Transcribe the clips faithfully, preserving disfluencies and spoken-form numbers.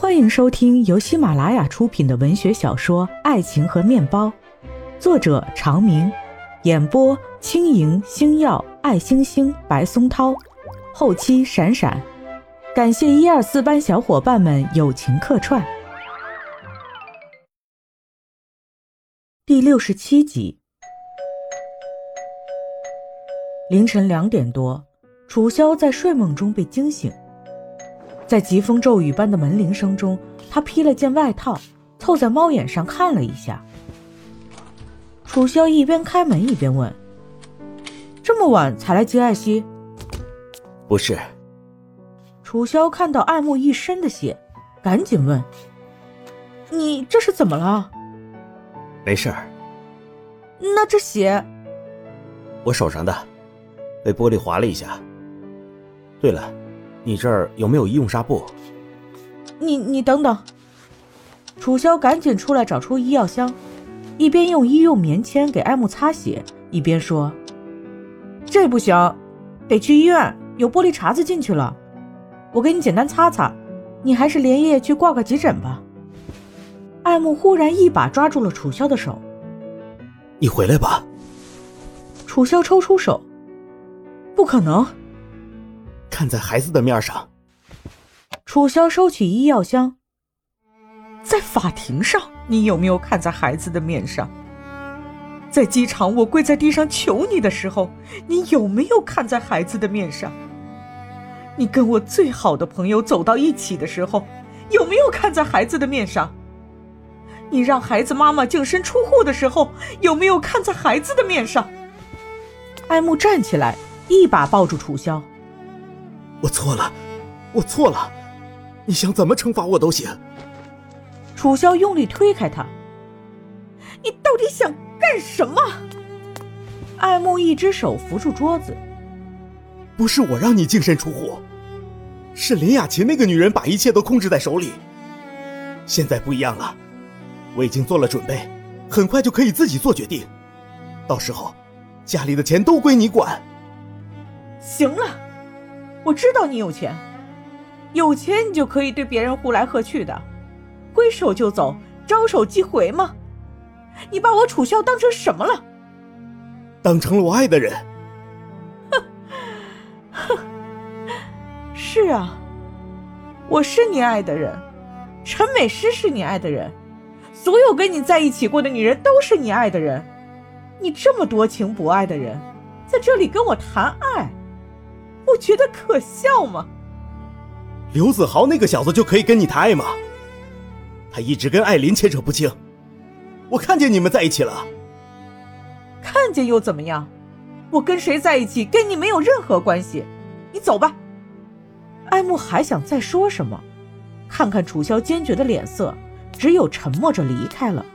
欢迎收听由喜马拉雅出品的文学小说《爱情和面包》，作者长明，演播轻盈、星耀、爱星星、白松涛，后期闪闪。感谢一二四班小伙伴们友情客串。第六十七集。凌晨两点多，楚萧在睡梦中被惊醒，在疾风骤雨般的门铃声中，他披了件外套，凑在猫眼上看了一下。楚萧一边开门一边问：这么晚才来接艾希？ 不是。 楚萧看到爱慕一身的血，赶紧问：你这是怎么了？ 没事儿。 那这血？ 我手上的，被玻璃划了一下。对了，你这儿有没有医用纱布？ 你你等等。楚萧赶紧出来找出医药箱，一边用医用棉签给艾慕擦血，一边说：这不行，得去医院，有玻璃碴子进去了。我给你简单擦擦，你还是连夜去挂个急诊吧。艾慕忽然一把抓住了楚萧的手。 你回来吧。 楚萧抽出手。不可能。 看在孩子的面上。 楚萧收起医药箱。在法庭上，你有没有看在孩子的面上？在机场我跪在地上求你的时候，你有没有看在孩子的面上？你跟我最好的朋友走到一起的时候，有没有看在孩子的面上？你让孩子妈妈净身出户的时候，有没有看在孩子的面上？艾慕站起来，一把抱住楚萧。 我错了，我错了，你想怎么惩罚我都行。 楚萧用力推开他。你到底想干什么？艾慕一只手扶住桌子。 不是我让你净身出户，是林雅琴那个女人把一切都控制在手里。现在不一样了，我已经做了准备，很快就可以自己做决定，到时候家里的钱都归你管。 行了，我知道你有钱，有钱你就可以对别人呼来喝去的，挥手就走，招手即回吗？你把我楚萧当成什么了？ 当成了我爱的人。 哼哼，是啊，我是你爱的人，陈美诗是你爱的人，所有跟你在一起过的女人都是你爱的人。你这么多情不爱的人，在这里跟我谈爱，不觉得可笑吗？ 刘子豪那个小子就可以跟你谈爱吗？他一直跟艾琳牵扯不清，我看见你们在一起了。 看见又怎么样？我跟谁在一起跟你没有任何关系，你走吧。艾慕还想再说什么，看看楚萧坚决的脸色，只有沉默着离开了。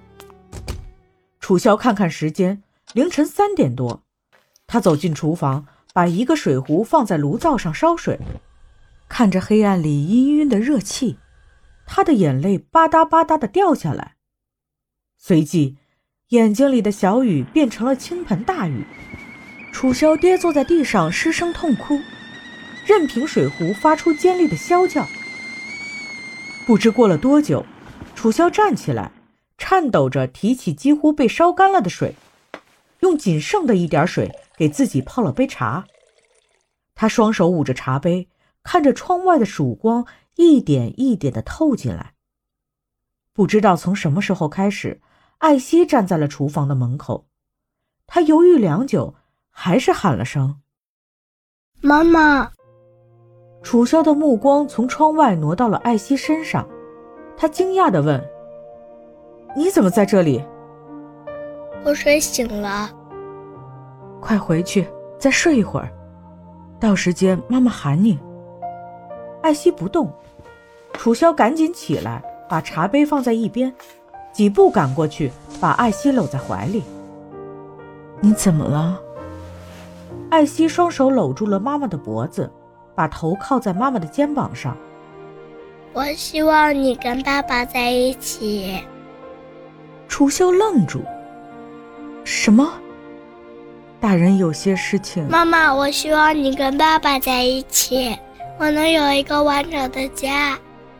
楚萧看看时间，凌晨三点多，他走进厨房，把一个水壶放在炉灶上烧水，看着黑暗里氤氲的热气，他的眼泪吧嗒吧嗒地掉下来，随即眼睛里的小雨变成了倾盆大雨。楚萧跌坐在地上失声痛哭，任凭水壶发出尖利的啸叫。不知过了多久，楚萧站起来，颤抖着提起几乎被烧干了的水，用仅剩的一点水给自己泡了杯茶。他双手捂着茶杯，看着窗外的曙光一点一点地透进来。不知道从什么时候开始，艾希站在了厨房的门口，他犹豫良久，还是喊了声妈妈。 楚萧的目光从窗外挪到了艾希身上，他惊讶地问：你怎么在这里？ 我睡醒了。 快回去再睡一会儿，到时间妈妈喊你。艾希不动，楚萧赶紧起来，把茶杯放在一边，几步赶过去，把艾希搂在怀里。你怎么了？艾希双手搂住了妈妈的脖子，把头靠在妈妈的肩膀上。 我希望你跟爸爸在一起。 楚萧愣住。什么？大人有些事情。 妈妈，我希望你跟爸爸在一起，我能有一个完整的家。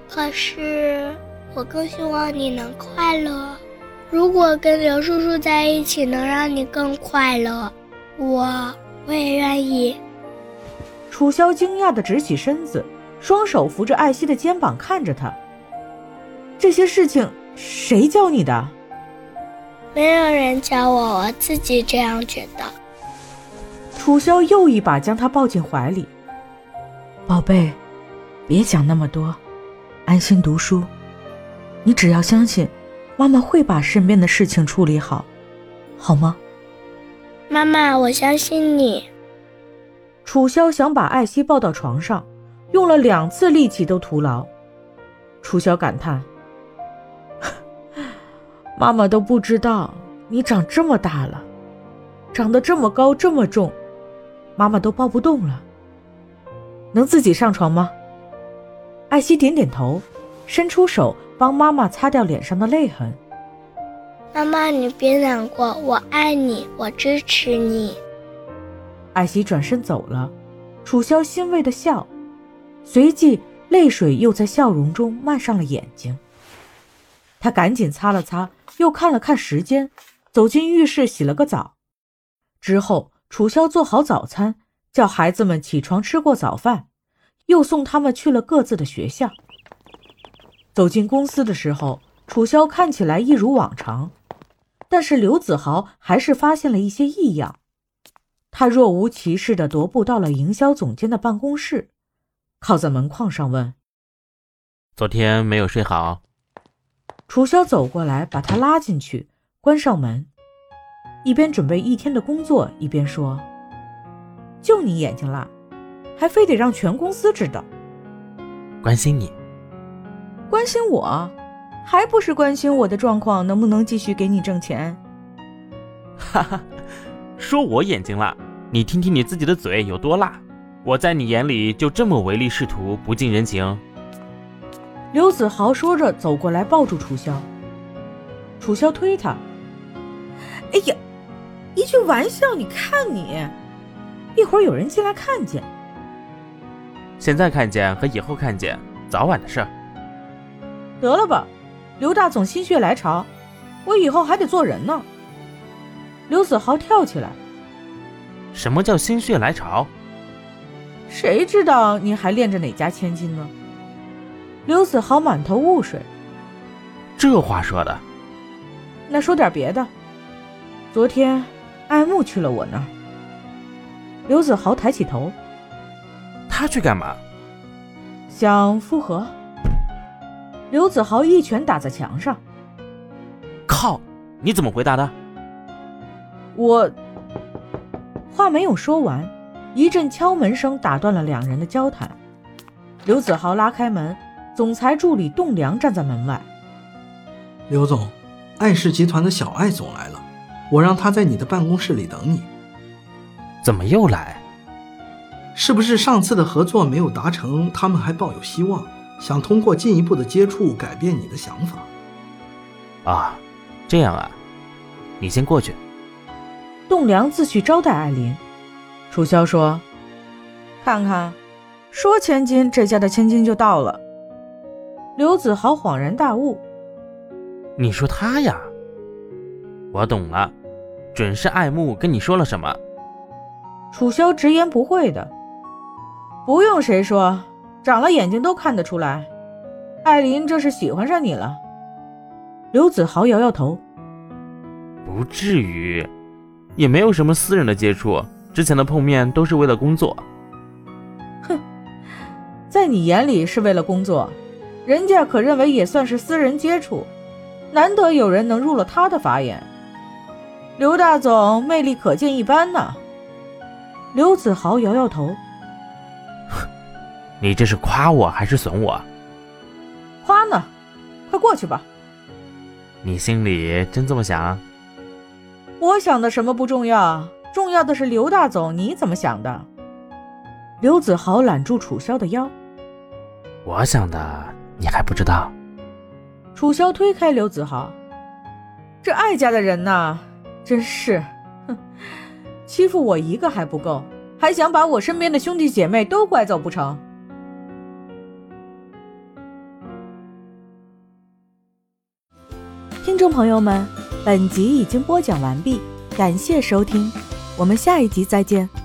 可是我更希望你能快乐。如果跟刘叔叔在一起能让你更快乐，我我也愿意。 楚萧惊讶地直起身子，双手扶着艾希的肩膀看着她。这些事情谁教你的？ 没有人教我，我自己这样觉得。 楚萧又一把将她抱进怀里。宝贝，别想那么多，安心读书。你只要相信，妈妈会把身边的事情处理好，好吗？ 妈妈，我相信你。 楚萧想把艾希抱到床上，用了两次力气都徒劳。楚萧感叹，妈妈都不知道你长这么大了，长得这么高这么重，妈妈都抱不动了。能自己上床吗？艾希点点头，伸出手帮妈妈擦掉脸上的泪痕。 妈妈，你别难过，我爱你，我支持你。 艾希转身走了，楚萧欣慰地笑，随即泪水又在笑容中漫上了眼睛。他赶紧擦了擦，又看了看时间，走进浴室洗了个澡。之后楚萧做好早餐，叫孩子们起床吃过早饭，又送他们去了各自的学校。走进公司的时候，楚萧看起来一如往常，但是刘子豪还是发现了一些异样。他若无其事地踱步到了营销总监的办公室，靠在门框上问： 昨天没有睡好？ 楚萧走过来把他拉进去，关上门，一边准备一天的工作，一边说：就你眼睛辣，还非得让全公司知道。 关心你。 关心我？还不是关心我的状况能不能继续给你挣钱。 哈哈，说我眼睛辣，你听听你自己的嘴有多辣，我在你眼里就这么唯利是图，不近人情。 刘子豪说着走过来抱住楚萧。楚萧推他：哎呀，一句玩笑，你看你，一会儿有人进来看见。 现在看见和以后看见早晚的事儿。 得了吧，刘大总心血来潮，我以后还得做人呢。刘子豪跳起来： 什么叫心血来潮？ 谁知道你还恋着哪家千金呢？刘子豪满头雾水。 这话说的。 那说点别的。昨天爱慕去了我那儿。刘子豪抬起头。 他去干嘛？ 想复合。刘子豪一拳打在墙上。 靠，你怎么回答的？ 我……话没有说完，一阵敲门声打断了两人的交谈。刘子豪拉开门，总裁助理栋梁站在门外。 刘总，艾氏集团的小艾总来了，我让他在你的办公室里等你。 怎么又来？ 是不是上次的合作没有达成，他们还抱有希望，想通过进一步的接触改变你的想法？ 啊，这样啊，你先过去。 栋梁自去招待艾琳。楚萧说：看看，说千金，这家的千金就到了。刘子豪恍然大悟。 你说他呀？我懂了，准是爱慕跟你说了什么。 楚萧直言不讳的。不用谁说，长了眼睛都看得出来，艾琳这是喜欢上你了。刘子豪摇摇头。 不至于，也没有什么私人的接触，之前的碰面都是为了工作。 哼，在你眼里是为了工作，人家可认为也算是私人接触，难得有人能入了他的法眼。刘大总魅力可见一斑呢。刘子豪摇摇头。 你这是夸我还是损我？ 夸呢，快过去吧。 你心里真这么想？ 我想的什么不重要，重要的是刘大总你怎么想的。刘子豪揽住楚萧的腰。 我想的你还不知道。 楚萧推开刘子豪。这艾家的人呐，真是，哼，欺负我一个还不够，还想把我身边的兄弟姐妹都拐走不成？ 听众朋友们，本集已经播讲完毕，感谢收听，我们下一集再见。